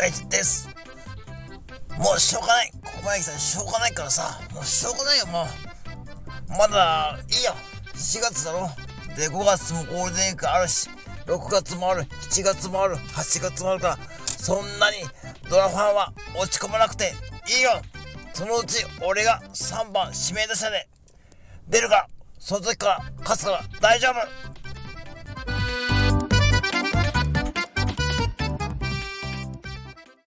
大地です。もうしょうがない。ここまで来たらしょうがないからさ、もうしょうがないよ。もうまだいいよ。4月だろ。で5月もゴールデンウィークあるし、6月もある、7月もある、8月もあるから、そんなにドラファンは落ち込まなくていいよ。そのうち俺が3番指名打者で出るから、その時から勝つから大丈夫。